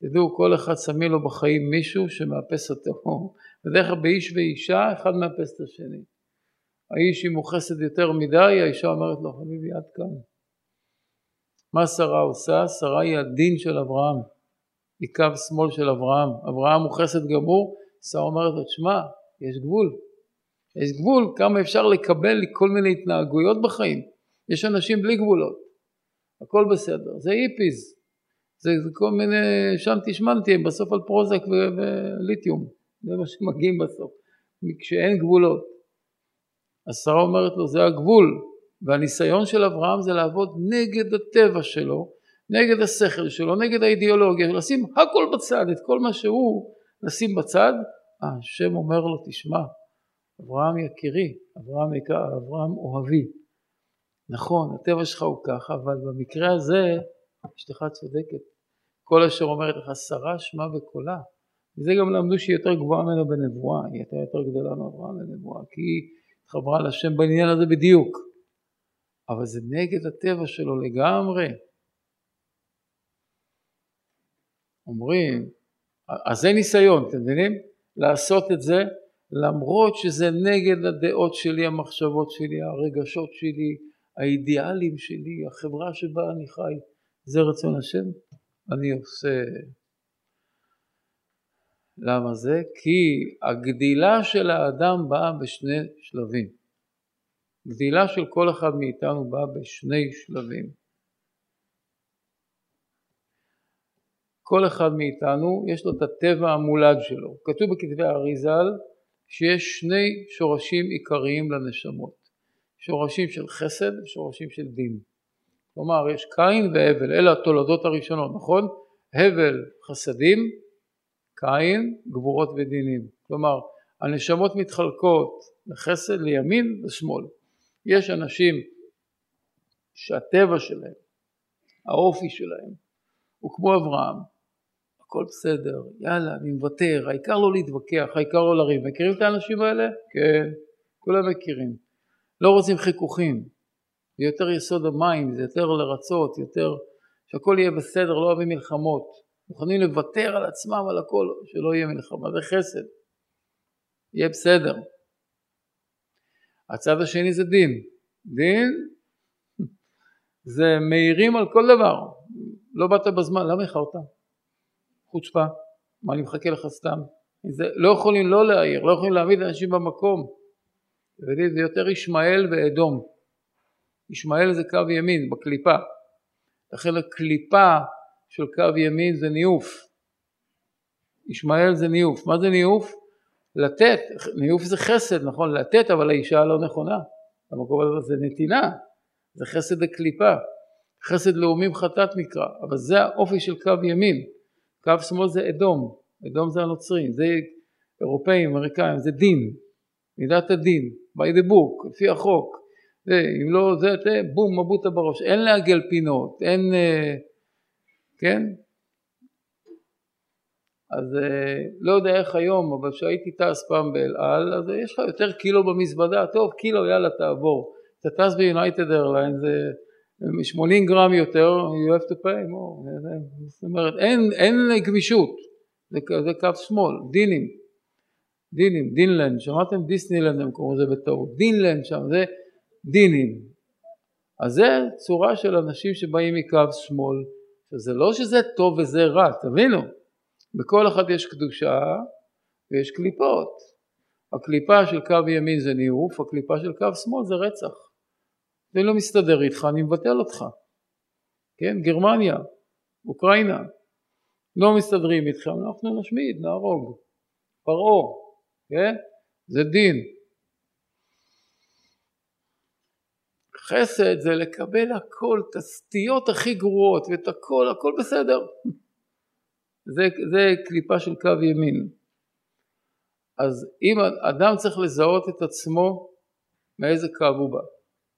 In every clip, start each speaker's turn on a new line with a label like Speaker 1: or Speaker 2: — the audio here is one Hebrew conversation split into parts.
Speaker 1: תדעו, כל אחד שמי לו בחיים מישהו שמאפס אותו. בדרך כלל באיש ואישה, אחד מאפס את השני. האיש אם הוא חסד יותר מדי, האישה אומרת לו, חביבי עד כאן. מה שרה עושה? שרה היא הדין של אברהם. היא קו שמאל של אברהם. אברהם הוא חסד גמור, שרה אומרת לו, תשמע, יש גבול. יש גבול, כמה אפשר לקבל כל מיני התנהגויות בחיים. יש אנשים בלי גבולות. הכל בסדר. זה היפיז. זה כל מיני שמתי שמנתי, הם בסוף על פרוזק וליתיום. זה מה שמגיעים בסוף. כשאין גבולות. אז שרה אומרת לו, זה הגבול. והניסיון של אברהם זה לעבוד נגד הטבע שלו, נגד השכל שלו, נגד האידיאולוגיה, לשים הכל בצד, את כל מה שהוא לשים בצד. השם אומר לו, תשמע, אברהם יקירי, אברהם יקר, אברהם אוהבי. נכון, הטבע שלך הוא ככה, אבל במקרה הזה, אשתך צודקת. כל אשר אומרת לך, שרה שמה וקולה. וזה גם למדו שהיא יותר גבוהה ממנו בנבואה, היא הייתה יותר גדולה מאברהם בנבואה, כי היא חברה לשם בעניין הזה בדיוק. אבל זה נגד הטבע שלו לגמרי. אומרים, אז זה ניסיון, אתם מבינים? לעשות את זה, למרות שזה נגד הדעות שלי, המחשבות שלי, הרגשות שלי, האידיאלים שלי, החברה שבה אני חי. זה רצון השם? אני עושה. למה זה? כי הגדילה של האדם באה בשני שלבים. גדילה של כל אחד מאיתנו באה בשני שלבים. כל אחד מאיתנו יש לו את הטבע המולד שלו. כתוב בכתבי האריז"ל שיש שני שורשים עיקריים לנשמות. שורשים של חסד ושורשים של דין. כלומר, יש קין והבל, אלה התולדות הראשונות, נכון? הבל חסדים, קין גבורות ודינים. כלומר, הנשמות מתחלקות לחסד, לימין ושמאל. יש אנשים שהטבע שלהם, האופי שלהם, הוא כמו אברהם. הכל בסדר, יאללה, אני מוותר, העיקר לא להתווכח, העיקר לא לריב. מכירים את האנשים האלה? כן, כולם מכירים. לא רוצים חיכוכים, זה יותר יסוד המים, זה יותר לרצות, יותר שהכל יהיה בסדר, לא אוהבים מלחמות. מוכנים לוותר על עצמם, על הכל, שלא יהיה מלחמה, זה חסד. יהיה בסדר. הצד השני זה דין. דין זה מהירים על כל דבר. לא באת בזמן, למה איחרת? חוצפה, מה אני מחכה לך סתם? לא יכולים לא להעיר, לא יכולים להעמיד אנשים במקום. זה יותר ישמעאל ואדום. ישמעאל זה קו ימין בקליפה. לכן הקליפה של קו ימין זה ניוף. ישמעאל זה ניוף. מה זה ניוף? לתת. ניוף זה חסד, נכון? לתת, אבל האישה לא נכונה. המקום הזה זה נתינה. זה חסד הקליפה. חסד לאומים חטאת מקרא. אבל זה האופי של קו ימין. קו שמאל זה אדום. אדום זה הנוצרים. זה אירופאים, אמריקאים. זה דין. מידת הדין. by the book. לפי החוק. אם לא זה, בום, מבוטה בראש. אין לעגל פינות. אין, כן? אז לא יודע איך היום, אבל שהייתי טס פעם באל על, אז יש לך יותר קילו במזוודה, טוב, קילו, יאללה, תעבור. אתה טס ביונייטד איירליין, זה 80 גרם יותר, you have to pay more. זאת אומרת, אין גמישות, זה קו שמאל, דינים, דינלנד, שמעתם? דיסנילנד הם קוראים לזה בטעות, דינלנד שם, זה דינים. אז זה צורה של אנשים שבאים מקו שמאל, שזה לא שזה טוב וזה רע, תבינו. בכל אחד יש קדושה ויש קליפות. הקליפה של קו ימין זה ניאוף, הקליפה של קו שמאל זה רצח. זה לא מסתדר איתך, אני מבטל אותך. כן, גרמניה, אוקראינה, לא מסתדרים איתכם, אנחנו נשמיד, נהרוג. פרעה, כן? זה דין. חסד זה לקבל הכל, את הסטיות הכי גרועות ואת הכל, הכל בסדר. זה קליפה של קו ימין. אז אם אדם צריך לזהות את עצמו, מאיזה קו הוא בא?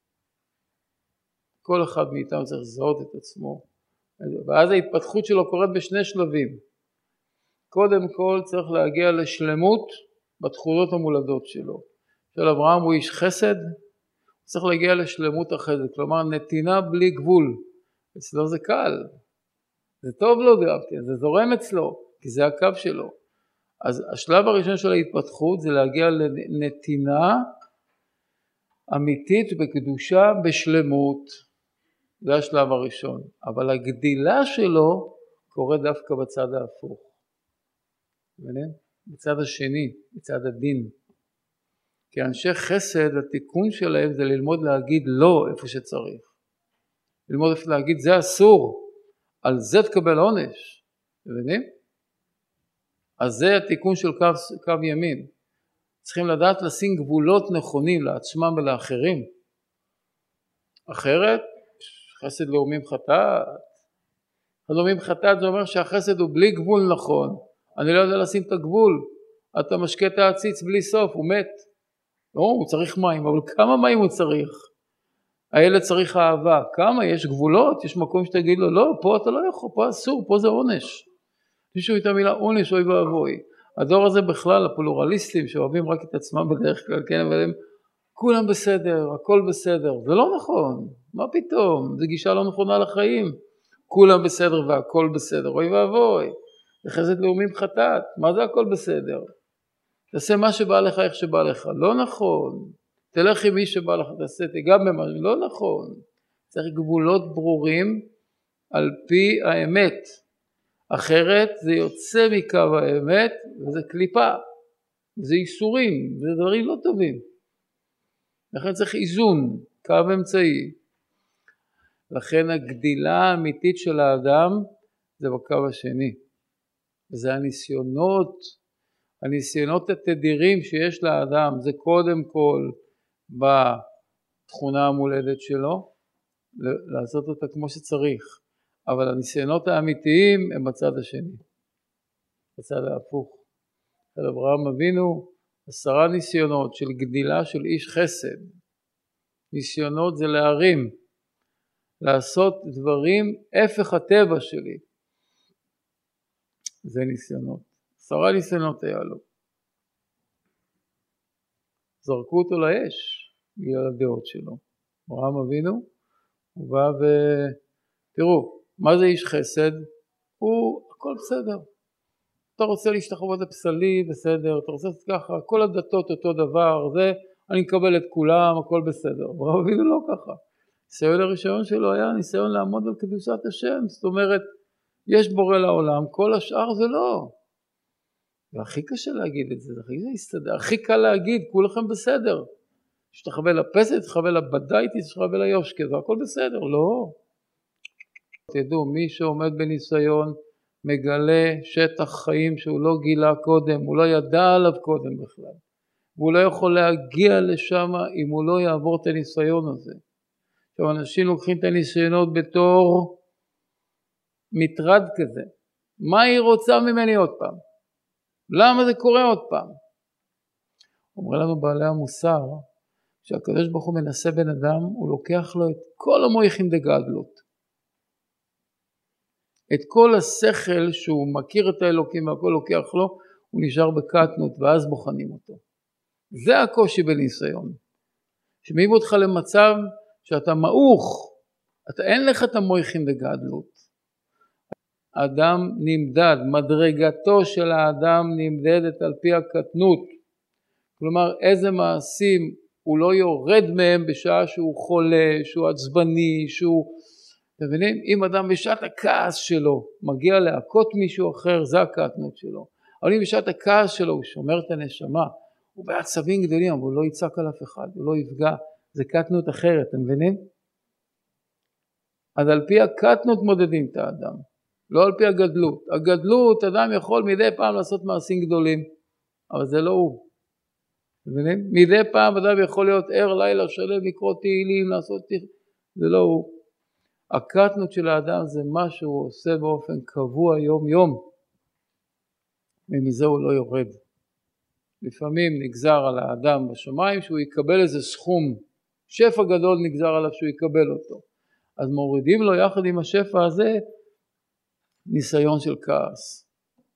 Speaker 1: כל אחד מאיתנו צריך לזהות את עצמו. ואז ההתפתחות שלו קורית בשני שלבים. קודם כל צריך להגיע לשלמות בתכונות המולדות שלו. של אברהם הוא איש חסד, צריך להגיע לשלמות החסד, כלומר נתינה בלי גבול. אצלו זה קל. זה טוב לו גם כן, זה זורם אצלו, כי זה הקו שלו. אז השלב הראשון של ההתפתחות זה להגיע לנתינה אמיתית בקדושה בשלמות. זה השלב הראשון. אבל הגדילה שלו קורה דווקא בצד ההפוך. בצד השני, בצד הדין. כי אנשי חסד, התיקון שלהם זה ללמוד להגיד לא איפה שצריך. ללמוד איפה להגיד זה אסור, על זה תקבל עונש. מבינים? אז זה התיקון של קו ימין. צריכים לדעת לשים גבולות נכונים לעצמם ולאחרים. אחרת, חסד לאומים חטאת. לאומים חטאת זה אומר שהחסד הוא בלי גבול נכון. אני לא יודע לשים את הגבול. אתה משקה את העציץ בלי סוף, הוא מת. לא, הוא צריך מים, אבל כמה מים הוא צריך? הילד צריך אהבה. כמה? יש גבולות? יש מקום שתגיד לו, לא, פה אתה לא יכול, פה אסור, פה זה עונש. מישהו את המילה עונש, אוי ואבוי. הדור הזה בכלל, הפלורליסטים שאוהבים רק את עצמם בדרך כלל, כן, אבל הם כולם בסדר, הכל בסדר. זה לא נכון, מה פתאום? זו גישה לא נכונה לחיים. כולם בסדר והכל בסדר, אוי ואבוי. זה חסד לאומים חטאת, מה זה הכל בסדר? תעשה מה שבא לך איך שבא לך, לא נכון. תלך עם מי שבא לך, תעשה, תיגע במה, לא נכון. צריך גבולות ברורים על פי האמת. אחרת זה יוצא מקו האמת וזה קליפה, זה איסורים, זה דברים לא טובים. לכן צריך איזון, קו אמצעי. לכן הגדילה האמיתית של האדם זה בקו השני. וזה הניסיונות התדירים שיש לאדם, זה קודם כל בתכונה המולדת שלו, לעשות אותה כמו שצריך. אבל הניסיונות האמיתיים הם בצד השני, בצד ההפוך. על אברהם אבינו 10 ניסיונות של גדילה של איש חסד. ניסיונות זה להרים, לעשות דברים הפך הטבע שלי. זה ניסיונות. 10 ניסיונות היה לו. זרקו אותו לאש בגלל הדעות שלו. אברהם אבינו, הוא בא תראו, מה זה איש חסד? הוא הכל בסדר. אתה רוצה להשתחוות לפסלים, בסדר. אתה רוצה ככה, כל הדתות אותו דבר, זה, אני מקבל את כולם, הכל בסדר. אברהם אבינו לא ככה. ניסיון הראשון שלו היה ניסיון לעמוד על קדושת השם. זאת אומרת, יש בורא לעולם, כל השאר זה לא. והכי קשה להגיד את זה, הכי קל להגיד, כולכם בסדר. שתחווה לפסת, תחווה לבדייתי, תחווה ליושקה, זה הכל בסדר. לא. תדעו, מי שעומד בניסיון מגלה שטח חיים שהוא לא גילה קודם, הוא לא ידע עליו קודם בכלל. והוא לא יכול להגיע לשם אם הוא לא יעבור את הניסיון הזה. עכשיו אנשים לוקחים את הניסיונות בתור מטרד כזה. מה היא רוצה ממני עוד פעם? למה זה קורה עוד פעם? אומר לנו בעלי המוסר, שהקדוש ברוך הוא מנסה בן אדם, הוא לוקח לו את כל המויכים דגדלות. את כל השכל שהוא מכיר את האלוקים והכל לוקח לו, הוא נשאר בקטנות ואז בוחנים אותו. זה הקושי בניסיון. שמעיב אותך למצב שאתה מעוך, אין לך את המויכים דגדלות. האדם נמדד, מדרגתו של האדם נמדדת על פי הקטנות. כלומר איזה מעשים הוא לא יורד מהם בשעה שהוא חולה, שהוא עצבני, שהוא... אתם מבינים? אם אדם בשעת הכעס שלו מגיע להכות מישהו אחר, זה הקטנות שלו. אבל אם בשעת הכעס שלו הוא שומר את הנשמה, הוא בעצבים גדולים, אבל הוא לא יצעק על אף אחד, הוא לא יפגע, זה קטנות אחרת, אתם מבינים? אז על פי הקטנות מודדים את האדם, לא על פי הגדלות. הגדלות, אדם יכול מדי פעם לעשות מעשים גדולים, אבל זה לא הוא. אתם מבינים? מדי פעם אדם יכול להיות ער לילה שלם, לקרוא תהילים, לעשות תהילים, זה לא הוא. הקטנות של האדם זה מה שהוא עושה באופן קבוע יום יום, ומזה הוא לא יורד. לפעמים נגזר על האדם בשמיים שהוא יקבל איזה סכום, שפע גדול נגזר עליו שהוא יקבל אותו. אז מורידים לו יחד עם השפע הזה ניסיון של כעס.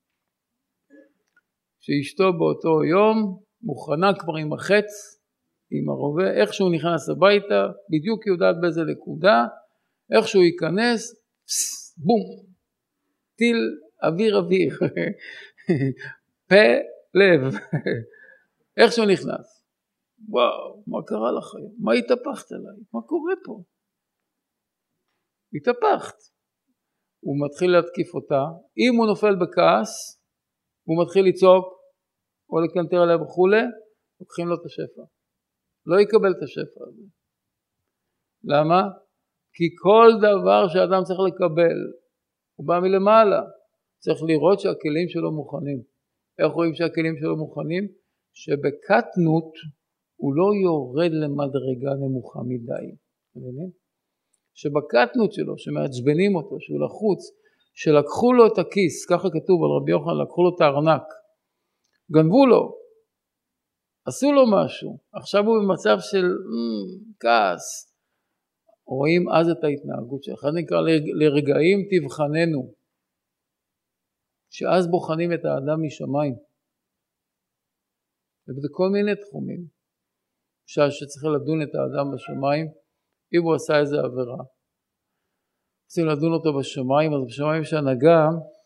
Speaker 1: שאשתו באותו יום מוכנה כבר עם החץ, עם הרובה, איך שהוא נכנס הביתה, בדיוק יודעת באיזה נקודה, איך שהוא ייכנס, בום, טיל אוויר, פה לב, איך שהוא נכנס, וואו, מה קרה לך? מה התהפכת עליי? מה קורה פה? התהפכת. הוא מתחיל להתקיף אותה, אם הוא נופל בכעס, הוא מתחיל לצעוק, או לקנטר עליה וכולי, לוקחים לו את השפע. לא יקבל את השפע הזה. למה? כי כל דבר שאדם צריך לקבל, הוא בא מלמעלה. צריך לראות שהכלים שלו מוכנים. איך רואים שהכלים שלו מוכנים? שבקטנות הוא לא יורד למדרגה נמוכה מדי. מבינים? שבקטנות שלו, שמעצבנים אותו, שהוא לחוץ, שלקחו לו את הכיס, ככה כתוב על רבי יוחנן, לקחו לו את הארנק, גנבו לו, עשו לו משהו, עכשיו הוא במצב של כעס, רואים אז את ההתנהגות שלך, נקרא לרגעים תבחננו, שאז בוחנים את האדם משמיים, ובכל מיני תחומים, שצריך לדון את האדם בשמיים, אם הוא עשה איזה עבירה, רוצים לדון אותו בשמיים, אז בשמיים יש הנהגה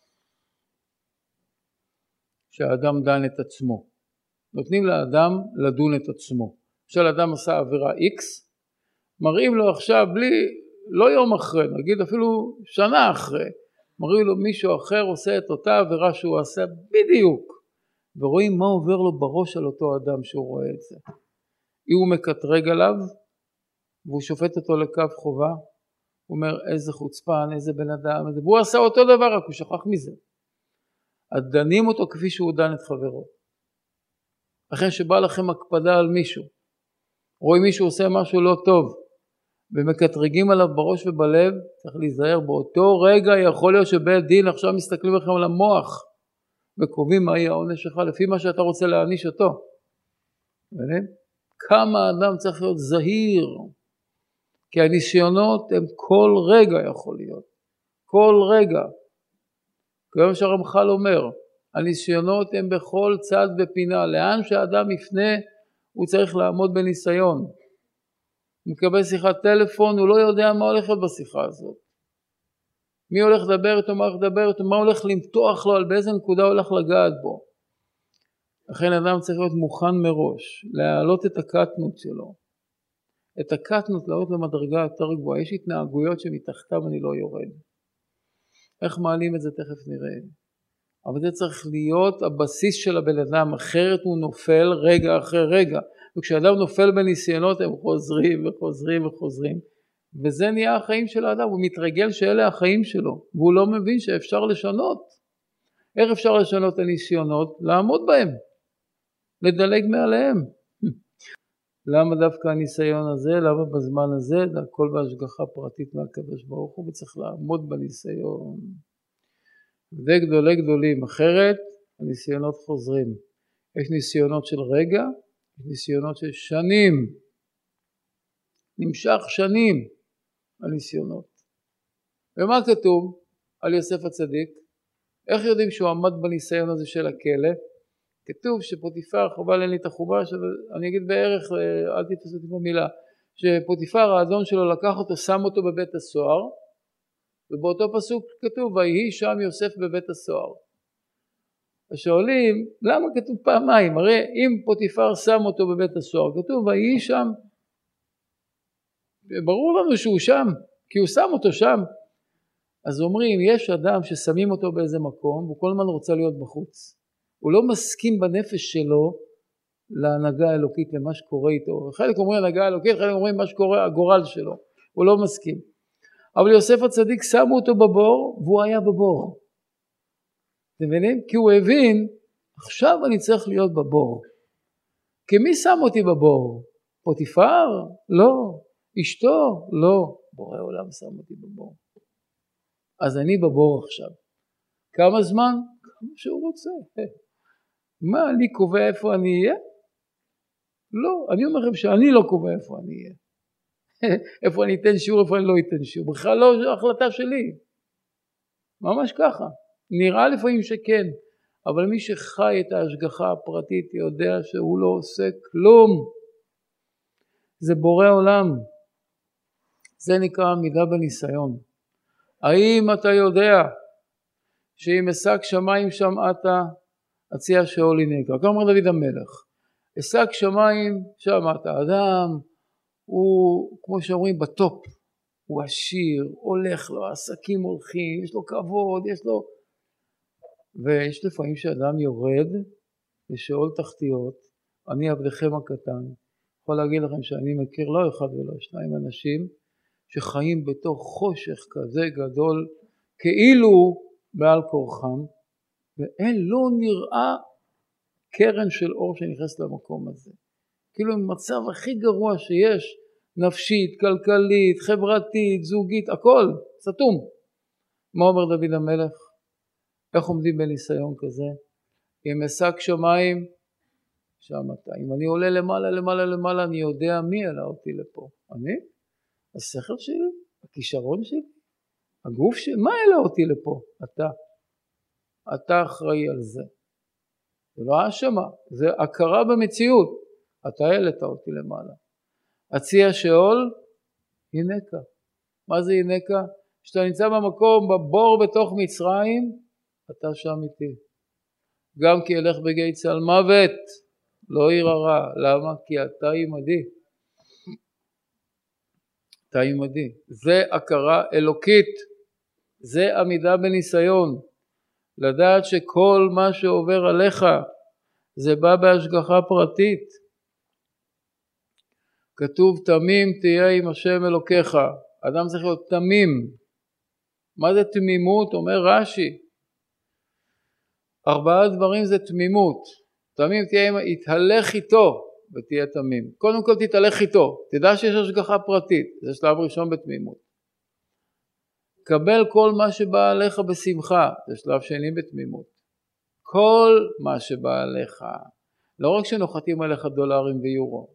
Speaker 1: שהאדם דן את עצמו. נותנים לאדם לדון את עצמו. כשאדם עשה עבירה X, מראים לו עכשיו בלי, לא יום אחרי, נגיד אפילו שנה אחרי, מראים לו מישהו אחר עושה את אותה עבירה שהוא עשה בדיוק, ורואים מה עובר לו בראש על אותו אדם שהוא רואה את זה. אם הוא מקטרג עליו, והוא שופט אותו לקו חובה, הוא אומר איזה חוצפן, איזה בן אדם, והוא עשה אותו דבר, רק הוא שכח מזה. אז דנים אותו כפי שהוא דן את חברו. לכן שבא לכם הקפדה על מישהו, רואים מישהו עושה משהו לא טוב, ומקטרגים עליו בראש ובלב, צריך להיזהר, באותו רגע יכול להיות שבית דין עכשיו מסתכלים לכם על המוח, וקובעים מה יהיה העונש שלך, לפי מה שאתה רוצה להעניש אותו. מבינים? כמה אדם צריך להיות זהיר, כי הניסיונות הם כל רגע יכול להיות, כל רגע. כמו שהרמח"ל אומר, הניסיונות הם בכל צד ופינה, לאן שהאדם יפנה הוא צריך לעמוד בניסיון. הוא מקבל שיחת טלפון, הוא לא יודע מה הולך להיות בשיחה הזאת. מי הולך לדבר איתו, מה הולך לדבר איתו, מה הולך למתוח לו, על באיזה נקודה הולך לגעת בו. לכן אדם צריך להיות מוכן מראש, להעלות את הקטנות שלו. את הקטנות להעלות למדרגה יותר גבוהה, יש התנהגויות שמתחתיו אני לא יורד. איך מעלים את זה תכף נראה. אבל זה צריך להיות הבסיס של הבן אדם, אחרת הוא נופל רגע אחרי רגע. וכשאדם נופל בניסיונות הם חוזרים וחוזרים וחוזרים, וזה נהיה החיים של האדם, הוא מתרגל שאלה החיים שלו, והוא לא מבין שאפשר לשנות. איך אפשר לשנות את הניסיונות? לעמוד בהם, לדלג מעליהם. למה דווקא הניסיון הזה? למה בזמן הזה? זה הכל בהשגחה פרטית מהקדוש ברוך הוא, וצריך לעמוד בניסיון. זה גדולי גדולים, אחרת הניסיונות חוזרים. יש ניסיונות של רגע, יש ניסיונות של שנים. נמשך שנים הניסיונות. ומה כתוב על יוסף הצדיק? איך יודעים שהוא עמד בניסיון הזה של הכלא? כתוב שפוטיפר, חבל אין לי את החובש, אני אגיד בערך, אל תתפס אותי במילה, שפוטיפר האדון שלו לקח אותו, שם אותו בבית הסוהר, ובאותו פסוק כתוב, ויהי שם יוסף בבית הסוהר. השואלים, למה כתוב פעמיים? הרי אם פוטיפר שם אותו בבית הסוהר, כתוב ויהי שם. ברור לנו שהוא שם, כי הוא שם אותו שם. אז אומרים, יש אדם ששמים אותו באיזה מקום, והוא כל הזמן רוצה להיות בחוץ. הוא לא מסכים בנפש שלו להנהגה האלוקית, למה שקורה איתו. חלק אומרים הנהגה האלוקית, חלק אומרים מה שקורה, הגורל שלו. הוא לא מסכים. אבל יוסף הצדיק שמו אותו בבור, והוא היה בבור. אתם מבינים? כי הוא הבין, עכשיו אני צריך להיות בבור. כי מי שם אותי בבור? פוטיפר? לא. אשתו? לא. בורא עולם שם אותי בבור. אז אני בבור עכשיו. כמה זמן? כמה שהוא רוצה. מה, אני קובע איפה אני אהיה? לא, אני אומר לכם שאני לא קובע איפה אני אהיה. איפה אני אתן שיעור, איפה אני לא אתן שיעור. בכלל לא החלטה שלי. ממש ככה. נראה לפעמים שכן, אבל מי שחי את ההשגחה הפרטית יודע שהוא לא עושה כלום. זה בורא עולם. זה נקרא עמידה בניסיון. האם אתה יודע שאם אשק שמיים שמעת, הציע שאול ינקה. כך אומר דוד המלך, אשק שמיים שמעת. האדם הוא, כמו שאומרים, בטופ, הוא עשיר, הולך לו, עסקים הולכים, יש לו כבוד, יש לו... ויש לפעמים שאדם יורד לשאול תחתיות. אני עבדכם הקטן, יכול להגיד לכם שאני מכיר לא אחד ולא שניים אנשים שחיים בתוך חושך כזה גדול, כאילו בעל כורחם, ואין לא נראה קרן של אור שנכנס למקום הזה. כאילו במצב הכי גרוע שיש, נפשית, כלכלית, חברתית, זוגית, הכל סתום. מה אומר דוד המלך? איך עומדים בניסיון כזה? אם אשק שמיים שמעת. אם אני עולה למעלה למעלה למעלה, אני יודע מי העלה אותי לפה. אני? השכל שלי? הכישרון שלי? הגוף שלי? מה העלה אותי לפה? אתה אחראי על זה. זה לא האשמה, זה הכרה במציאות. אתה העלית אותי למעלה. הציע שאול, ינקה. מה זה ינקה? כשאתה נמצא במקום, בבור בתוך מצרים, אתה שם איתי. גם כי ילך בגיא צל מוות, לא יירא רע. למה? כי אתה עמדי. אתה עמדי. זה הכרה אלוקית. זה עמידה בניסיון. לדעת שכל מה שעובר עליך, זה בא בהשגחה פרטית. כתוב תמים תהיה עם השם אלוקיך. אדם צריך להיות תמים. מה זה תמימות? אומר רש"י. 4 דברים זה תמימות. תמים תהיה, התהלך איתו ותהיה תמים. קודם כל תתהלך איתו. תדע שיש השגחה פרטית. זה שלב ראשון בתמימות. קבל כל מה שבא עליך בשמחה. זה שלב שני בתמימות. כל מה שבא עליך. לא רק שנוחתים עליך דולרים ויורו.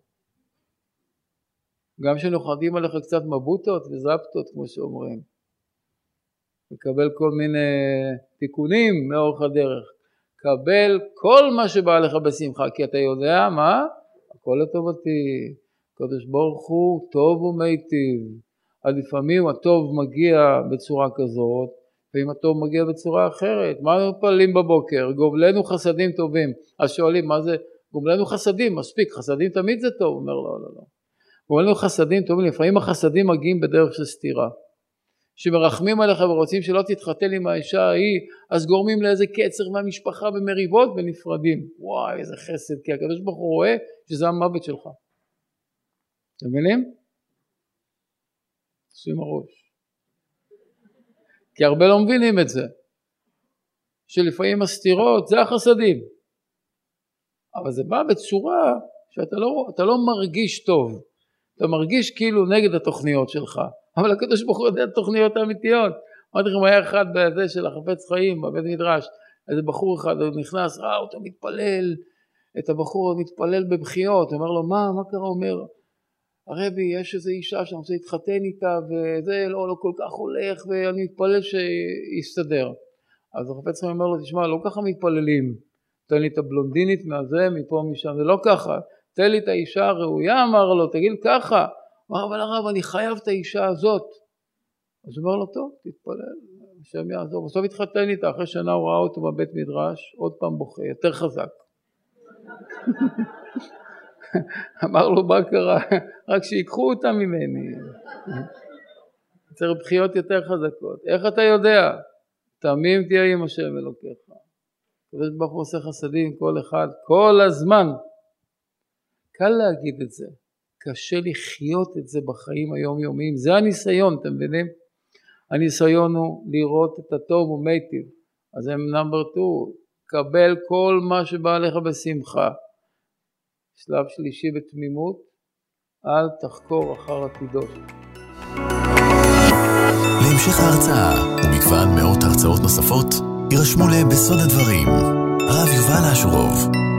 Speaker 1: גם שנוחתים עליך קצת מבוטות וזפטות כמו שאומרים. לקבל כל מיני תיקונים מאורך הדרך. קבל כל מה שבא לך בשמחה, כי אתה יודע מה? הכל לטובתי. קדוש ברוך הוא טוב ומיטיב. אז לפעמים הטוב מגיע בצורה כזאת, ואם הטוב מגיע בצורה אחרת. מה מתפללים בבוקר? גומלנו חסדים טובים. אז שואלים מה זה? גומלנו חסדים, מספיק, חסדים תמיד זה טוב. אומר לא. גומלנו חסדים טובים, לפעמים החסדים מגיעים בדרך של סתירה. שמרחמים עליך ורוצים שלא תתחתן עם האישה ההיא, אז גורמים לאיזה קצר מהמשפחה במריבות ונפרדים. וואי, איזה חסד, כי הקדוש ברוך הוא רואה שזה המוות שלך. אתם מבינים? עושים הראש. כי הרבה לא מבינים את זה. שלפעמים הסתירות זה החסדים. אבל זה בא בצורה שאתה לא מרגיש טוב. אתה מרגיש כאילו נגד התוכניות שלך. אבל הקדוש ברוך הוא יודע את התוכניות האמיתיות. אמרתי לכם, היה אחד בזה של החפץ חיים, בבית מדרש, איזה בחור אחד נכנס, אתה מתפלל, את הבחור מתפלל בבחיות, אומר לו, מה קרה? אומר, הרבי, יש איזו אישה שאני רוצה להתחתן איתה, וזה לא כל כך הולך, ואני מתפלל שיסתדר. אז החפץ חיים אומר לו, תשמע, לא ככה מתפללים, תן לי את הבלונדינית מהזה, מפה משם, זה לא ככה, תן לי את האישה הראויה, אמר לו, תגיד ככה, אמר, אבל הרב, אני חייב את האישה הזאת. אז הוא אומר לו, טוב, תתפלל, השם יעזור. בסוף התחתן איתה, אחרי שנה הוא ראה אותו בבית מדרש, עוד פעם בוכה, יותר חזק. אמר לו, מה קרה? רק שיקחו אותה ממני. צריך בחיות יותר חזקות. איך אתה יודע? תמים תהיה עם השם אלוקיך. הקדוש ברוך הוא עושה חסדים כל אחד, כל הזמן. קל להגיד את זה. קשה לחיות את זה בחיים היומיומיים. זה הניסיון, אתם מבינים? הניסיון הוא לראות את הטוב ומיטיב. אז הם נאמבר 2, קבל כל מה שבא עליך בשמחה. שלב שלישי בתמימות, אל תחקור אחר עתידות.
Speaker 2: להמשך ההרצאה ומגוון מאות הרצאות נוספות, יירשמו להם בסוד הדברים. הרב יובל אשורוב.